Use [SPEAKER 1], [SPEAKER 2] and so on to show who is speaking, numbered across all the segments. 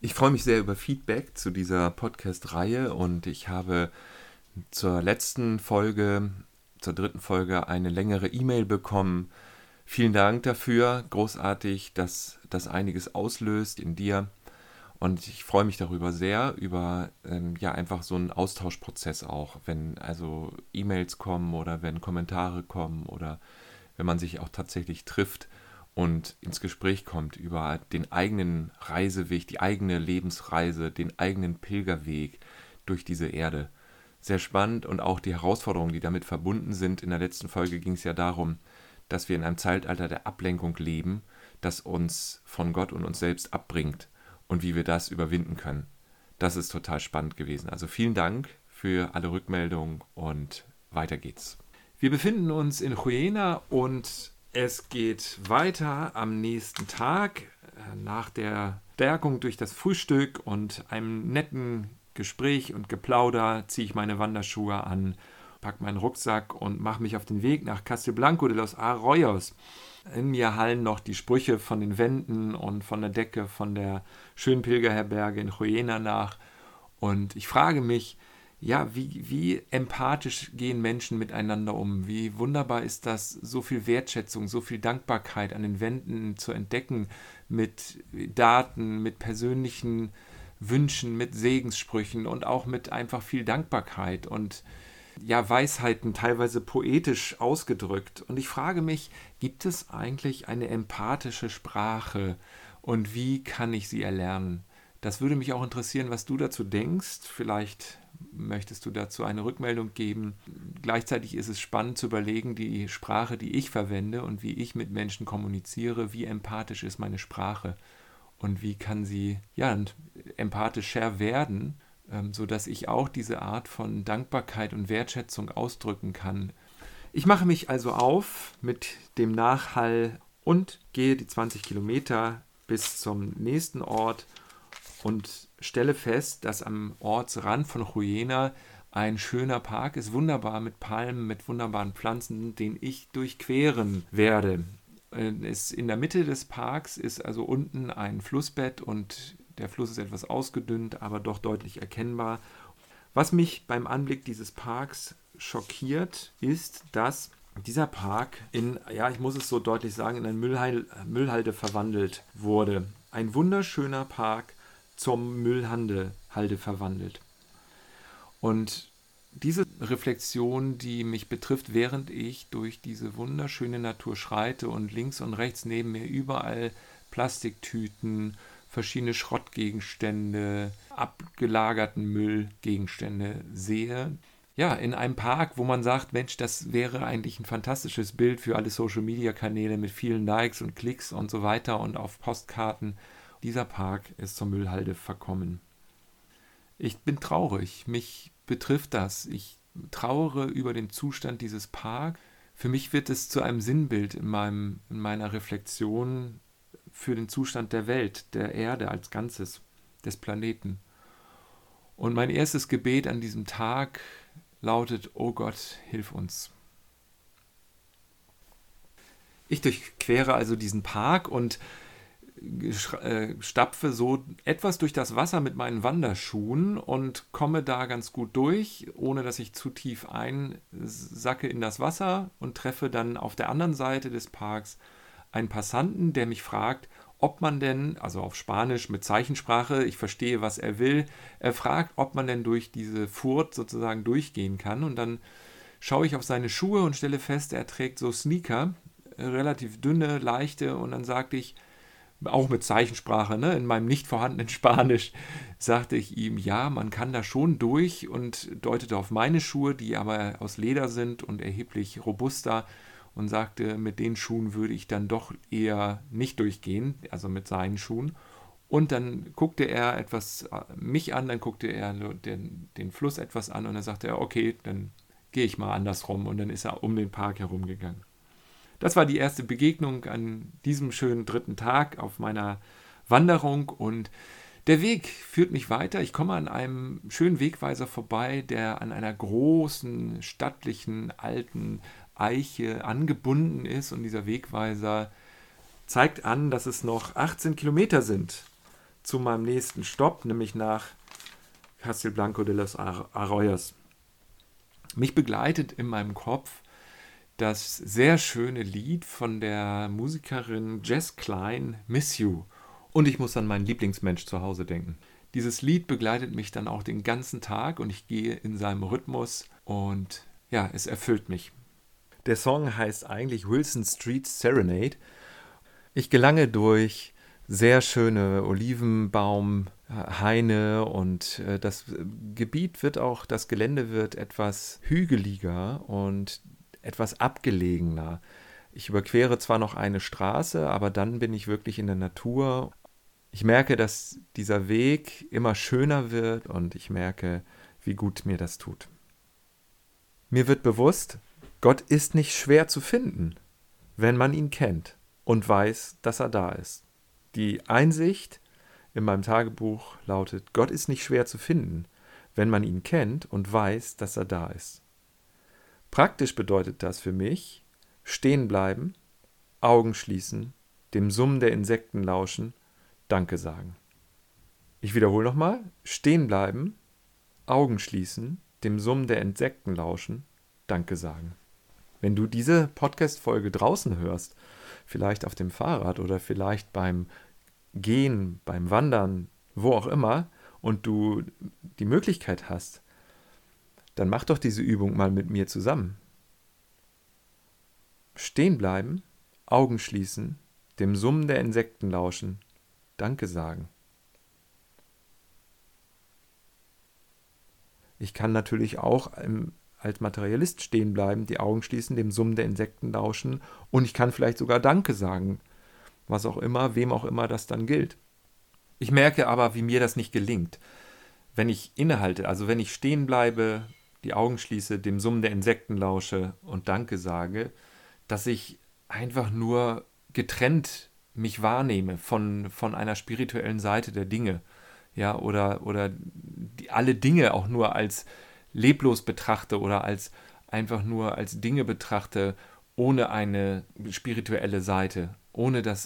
[SPEAKER 1] Ich freue mich sehr über Feedback zu dieser Podcast-Reihe und ich habe zur letzten Folge, zur dritten Folge, eine längere E-Mail bekommen. Vielen Dank dafür, großartig, dass das einiges auslöst in dir und ich freue mich darüber sehr, über einfach so einen Austauschprozess auch, wenn also E-Mails kommen oder wenn Kommentare kommen oder wenn man sich auch tatsächlich trifft und ins Gespräch kommt über den eigenen Reiseweg, die eigene Lebensreise, den eigenen Pilgerweg durch diese Erde. Sehr spannend und auch die Herausforderungen, die damit verbunden sind. In der letzten Folge ging es ja darum, dass wir in einem Zeitalter der Ablenkung leben, das uns von Gott und uns selbst abbringt und wie wir das überwinden können. Das ist total spannend gewesen. Also vielen Dank für alle Rückmeldungen und weiter geht's. Wir befinden uns in Huayna und es geht weiter am nächsten Tag nach der Stärkung durch das Frühstück und einem netten Gespräch und Geplauder ziehe ich meine Wanderschuhe an, packe meinen Rucksack und mache mich auf den Weg nach Castelblanco de los Arroyos. In mir hallen noch die Sprüche von den Wänden und von der Decke von der schönen Pilgerherberge in Huayna nach. Und ich frage mich, ja, wie empathisch gehen Menschen miteinander um? Wie wunderbar ist das, so viel Wertschätzung, so viel Dankbarkeit an den Wänden zu entdecken mit Daten, mit persönlichen Wünschen, mit Segenssprüchen und auch mit einfach viel Dankbarkeit und ja, Weisheiten, teilweise poetisch ausgedrückt. Und ich frage mich, gibt es eigentlich eine empathische Sprache und wie kann ich sie erlernen? Das würde mich auch interessieren, was du dazu denkst. Vielleicht möchtest du dazu eine Rückmeldung geben. Gleichzeitig ist es spannend zu überlegen, die Sprache, die ich verwende und wie ich mit Menschen kommuniziere, wie empathisch ist meine Sprache und wie kann sie empathischer werden, sodass ich auch diese Art von Dankbarkeit und Wertschätzung ausdrücken kann. Ich mache mich also auf mit dem Nachhall und gehe die 20 Kilometer bis zum nächsten Ort und stelle fest, dass am Ortsrand von Huayna ein schöner Park ist, wunderbar mit Palmen, mit wunderbaren Pflanzen, den ich durchqueren werde. In der Mitte des Parks ist also unten ein Flussbett und der Fluss ist etwas ausgedünnt, aber doch deutlich erkennbar. Was mich beim Anblick dieses Parks schockiert, ist, dass dieser Park ich muss es so deutlich sagen, in eine Müllhalde verwandelt wurde. Ein wunderschöner Park zum Müllhalde verwandelt. Und diese Reflexion, die mich betrifft, während ich durch diese wunderschöne Natur schreite und links und rechts neben mir überall Plastiktüten, verschiedene Schrottgegenstände, abgelagerten Müllgegenstände sehe. Ja, in einem Park, wo man sagt, Mensch, das wäre eigentlich ein fantastisches Bild für alle Social-Media-Kanäle mit vielen Likes und Klicks und so weiter und auf Postkarten. Dieser Park ist zur Müllhalde verkommen. Ich bin traurig, mich betrifft das. Ich trauere über den Zustand dieses Parks. Für mich wird es zu einem Sinnbild in meiner Reflexion für den Zustand der Welt, der Erde als Ganzes, des Planeten. Und mein erstes Gebet an diesem Tag lautet: Oh Gott, hilf uns. Ich durchquere also diesen Park und stapfe so etwas durch das Wasser mit meinen Wanderschuhen und komme da ganz gut durch, ohne dass ich zu tief einsacke in das Wasser und treffe dann auf der anderen Seite des Parks einen Passanten, der mich fragt, ob man denn, also auf Spanisch mit Zeichensprache, ich verstehe, was er will, er fragt, ob man denn durch diese Furt sozusagen durchgehen kann. Und dann schaue ich auf seine Schuhe und stelle fest, er trägt so Sneaker, relativ dünne, leichte, und dann sagte ich, auch mit Zeichensprache, ne, in meinem nicht vorhandenen Spanisch, sagte ich ihm, ja, man kann da schon durch, und deutete auf meine Schuhe, die aber aus Leder sind und erheblich robuster, und sagte, mit den Schuhen würde ich dann doch eher nicht durchgehen, also mit seinen Schuhen. Und dann guckte er mich an, dann guckte er den Fluss etwas an und dann sagte er, okay, dann gehe ich mal andersrum, und dann ist er um den Park herumgegangen. Das war die erste Begegnung an diesem schönen dritten Tag auf meiner Wanderung, und der Weg führt mich weiter. Ich komme an einem schönen Wegweiser vorbei, der an einer großen, stattlichen, alten Eiche angebunden ist, und dieser Wegweiser zeigt an, dass es noch 18 Kilometer sind zu meinem nächsten Stopp, nämlich nach Castelblanco de los Arroyos. Mich begleitet in meinem Kopf das sehr schöne Lied von der Musikerin Jess Klein, Miss You. Und ich muss an meinen Lieblingsmensch zu Hause denken. Dieses Lied begleitet mich dann auch den ganzen Tag und ich gehe in seinem Rhythmus und ja, es erfüllt mich. Der Song heißt eigentlich Wilson Street Serenade. Ich gelange durch sehr schöne Olivenbaumhaine und das Gelände wird etwas hügeliger und etwas abgelegener. Ich überquere zwar noch eine Straße, aber dann bin ich wirklich in der Natur. Ich merke, dass dieser Weg immer schöner wird und ich merke, wie gut mir das tut. Mir wird bewusst, Gott ist nicht schwer zu finden, wenn man ihn kennt und weiß, dass er da ist. Die Einsicht in meinem Tagebuch lautet, Gott ist nicht schwer zu finden, wenn man ihn kennt und weiß, dass er da ist. Praktisch bedeutet das für mich, stehen bleiben, Augen schließen, dem Summen der Insekten lauschen, Danke sagen. Ich wiederhole nochmal, stehen bleiben, Augen schließen, dem Summen der Insekten lauschen, Danke sagen. Wenn du diese Podcast-Folge draußen hörst, vielleicht auf dem Fahrrad oder vielleicht beim Gehen, beim Wandern, wo auch immer, und du die Möglichkeit hast, dann mach doch diese Übung mal mit mir zusammen. Stehen bleiben, Augen schließen, dem Summen der Insekten lauschen, Danke sagen. Ich kann natürlich auch als Materialist stehen bleiben, die Augen schließen, dem Summen der Insekten lauschen und ich kann vielleicht sogar Danke sagen, was auch immer, wem auch immer das dann gilt. Ich merke aber, wie mir das nicht gelingt. Wenn ich innehalte, also wenn ich stehen bleibe, die Augen schließe, dem Summen der Insekten lausche und Danke sage, dass ich einfach nur getrennt mich wahrnehme von einer spirituellen Seite der Dinge. Ja, oder alle Dinge auch nur als leblos betrachte oder einfach nur als Dinge betrachte, ohne eine spirituelle Seite, ohne dass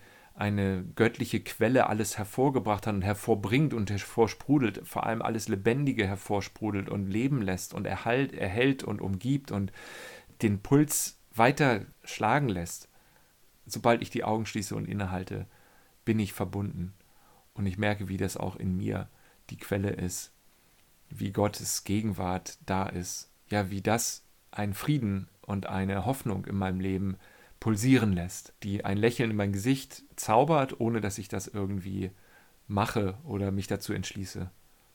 [SPEAKER 1] eine göttliche Quelle alles hervorgebracht hat und hervorbringt und hervorsprudelt, vor allem alles Lebendige hervorsprudelt und leben lässt und erhält und umgibt und den Puls weiter schlagen lässt. Sobald ich die Augen schließe und innehalte, bin ich verbunden. Und ich merke, wie das auch in mir die Quelle ist, wie Gottes Gegenwart da ist. Ja, wie das einen Frieden und eine Hoffnung in meinem Leben pulsieren lässt, die ein Lächeln in mein Gesicht zaubert, ohne dass ich das irgendwie mache oder mich dazu entschließe.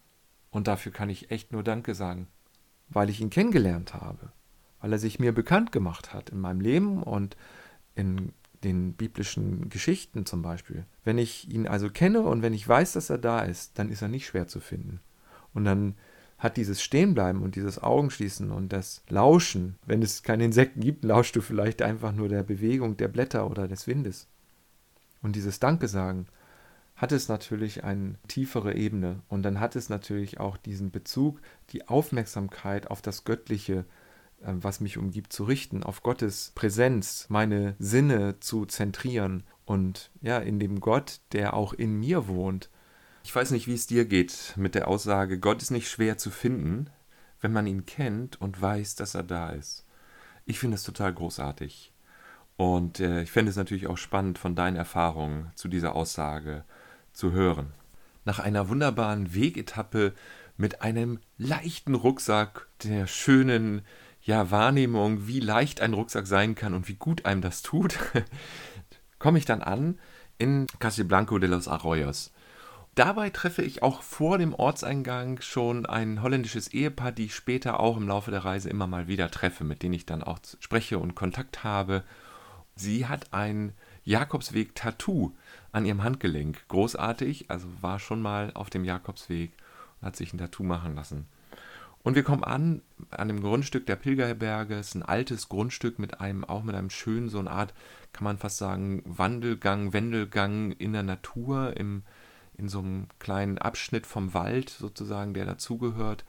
[SPEAKER 1] Und dafür kann ich echt nur Danke sagen, weil ich ihn kennengelernt habe, weil er sich mir bekannt gemacht hat in meinem Leben und in den biblischen Geschichten zum Beispiel. Wenn ich ihn also kenne und wenn ich weiß, dass er da ist, dann ist er nicht schwer zu finden. Und dann hat dieses Stehenbleiben und dieses Augenschließen und das Lauschen, wenn es keine Insekten gibt, lauschst du vielleicht einfach nur der Bewegung der Blätter oder des Windes. Und dieses Danke sagen hat es natürlich eine tiefere Ebene und dann hat es natürlich auch diesen Bezug, die Aufmerksamkeit auf das Göttliche, was mich umgibt, zu richten, auf Gottes Präsenz, meine Sinne zu zentrieren und ja, in dem Gott, der auch in mir wohnt. Ich weiß nicht, wie es dir geht mit der Aussage, Gott ist nicht schwer zu finden, wenn man ihn kennt und weiß, dass er da ist. Ich finde es total großartig. Und ich fände es natürlich auch spannend, von deinen Erfahrungen zu dieser Aussage zu hören. Nach einer wunderbaren Wegetappe mit einem leichten Rucksack, der schönen Wahrnehmung, wie leicht ein Rucksack sein kann und wie gut einem das tut, komme ich dann an in Castelblanco de los Arroyos. Dabei treffe ich auch vor dem Ortseingang schon ein holländisches Ehepaar, die ich später auch im Laufe der Reise immer mal wieder treffe, mit denen ich dann auch spreche und Kontakt habe. Sie hat ein Jakobsweg-Tattoo an ihrem Handgelenk. Großartig, also war schon mal auf dem Jakobsweg und hat sich ein Tattoo machen lassen. Und wir kommen an dem Grundstück der Pilgerherberge. Es ist ein altes Grundstück mit einem schönen, so eine Art, kann man fast sagen, Wendelgang in der Natur, in so einem kleinen Abschnitt vom Wald sozusagen, der dazugehört.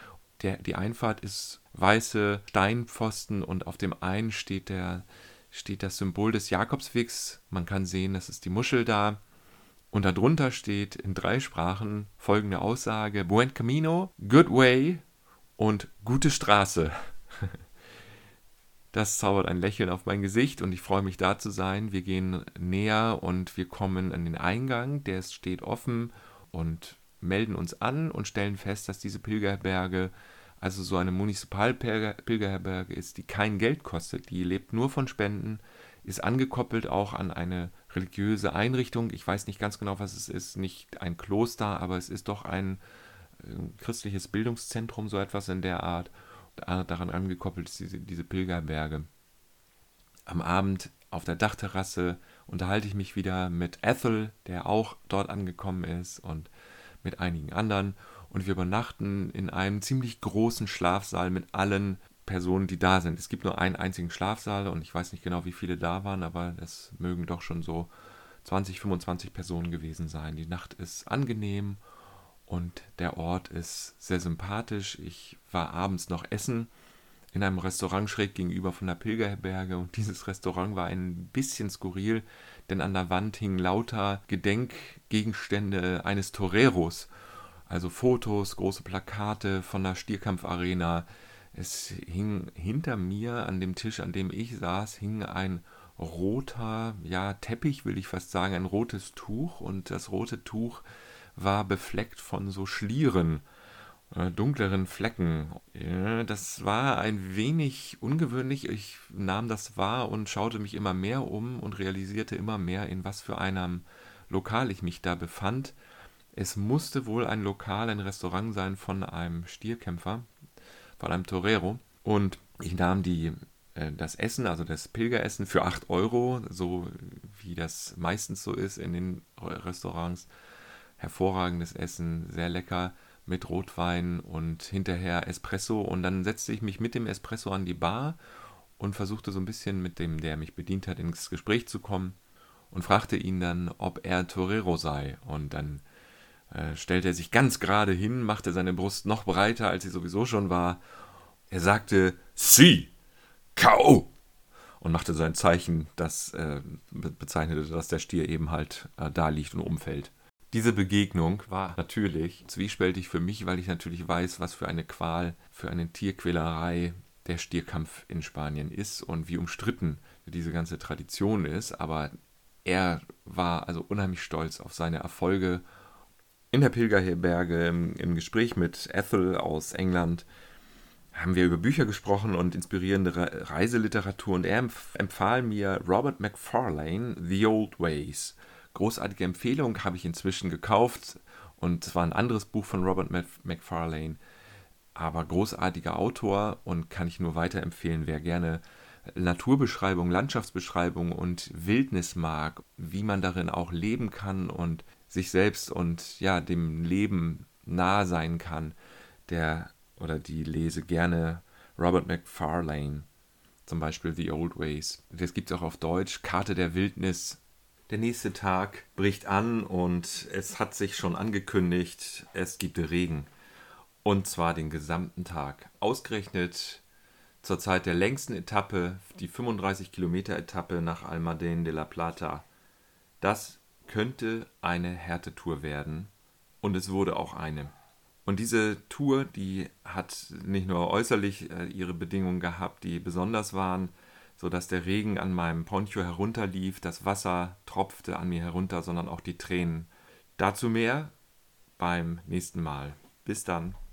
[SPEAKER 1] Die Einfahrt ist weiße Steinpfosten und auf dem einen steht das Symbol des Jakobswegs. Man kann sehen, das ist die Muschel da. Und darunter steht in 3 Sprachen folgende Aussage: Buen Camino, Good Way und gute Straße. Das zaubert ein Lächeln auf mein Gesicht und ich freue mich, da zu sein. Wir gehen näher und wir kommen an den Eingang, der steht offen, und melden uns an und stellen fest, dass diese Pilgerherberge also so eine Munizipalpilgerherberge ist, die kein Geld kostet. Die lebt nur von Spenden, ist angekoppelt auch an eine religiöse Einrichtung. Ich weiß nicht ganz genau, was es ist, nicht ein Kloster, aber es ist doch ein christliches Bildungszentrum, so etwas in der Art. Daran angekoppelt ist diese Pilgerberge. Am Abend auf der Dachterrasse unterhalte ich mich wieder mit Ethel, der auch dort angekommen ist, und mit einigen anderen. Und wir übernachten in einem ziemlich großen Schlafsaal mit allen Personen, die da sind. Es gibt nur einen einzigen Schlafsaal und ich weiß nicht genau, wie viele da waren, aber es mögen doch schon so 20, 25 Personen gewesen sein. Die Nacht ist angenehm und der Ort ist sehr sympathisch. Ich war abends noch essen in einem Restaurant schräg gegenüber von der Pilgerherberge, und dieses Restaurant war ein bisschen skurril, denn an der Wand hingen lauter Gedenkgegenstände eines Toreros, also Fotos, große Plakate von der Stierkampfarena. Es hing hinter mir an dem Tisch, an dem ich saß, hing ein roter, ja, Teppich will ich fast sagen, ein rotes Tuch, und das rote Tuch war befleckt von so Schlieren, dunkleren Flecken. Ja, das war ein wenig ungewöhnlich. Ich nahm das wahr und schaute mich immer mehr um und realisierte immer mehr, in was für einem Lokal ich mich da befand. Es musste wohl ein Lokal, ein Restaurant sein von einem Stierkämpfer, von einem Torero. Und ich nahm das Essen, also das Pilgeressen, für 8 €, so wie das meistens so ist in den Restaurants. Hervorragendes Essen, sehr lecker, mit Rotwein und hinterher Espresso. Und dann setzte ich mich mit dem Espresso an die Bar und versuchte so ein bisschen mit dem, der mich bedient hat, ins Gespräch zu kommen, und fragte ihn dann, ob er Torero sei. Und dann stellte er sich ganz gerade hin, machte seine Brust noch breiter, als sie sowieso schon war. Er sagte, "Sí, K.O." und machte sein Zeichen, das bezeichnete, dass der Stier eben halt da liegt und umfällt. Diese Begegnung war natürlich zwiespältig für mich, weil ich natürlich weiß, was für eine Qual, für eine Tierquälerei der Stierkampf in Spanien ist und wie umstritten diese ganze Tradition ist. Aber er war also unheimlich stolz auf seine Erfolge. In der Pilgerherberge, im Gespräch mit Ethel aus England, haben wir über Bücher gesprochen und inspirierende Reiseliteratur, und er empfahl mir Robert Macfarlane, The Old Ways. Großartige Empfehlung, habe ich inzwischen gekauft, und es war ein anderes Buch von Robert Macfarlane, aber großartiger Autor, und kann ich nur weiterempfehlen, wer gerne Naturbeschreibung, Landschaftsbeschreibung und Wildnis mag, wie man darin auch leben kann und sich selbst und ja, dem Leben nahe sein kann, der oder die lese gerne Robert Macfarlane, zum Beispiel The Old Ways. Das gibt es auch auf Deutsch, Karte der Wildnis. Der nächste Tag bricht an und es hat sich schon angekündigt, es gibt Regen. Und zwar den gesamten Tag. Ausgerechnet zur Zeit der längsten Etappe, die 35-Kilometer-Etappe nach Almadén de la Plata. Das könnte eine Härtetour werden, und es wurde auch eine. Und diese Tour, die hat nicht nur äußerlich ihre Bedingungen gehabt, die besonders waren, sodass der Regen an meinem Poncho herunterlief, das Wasser tropfte an mir herunter, sondern auch die Tränen. Dazu mehr beim nächsten Mal. Bis dann.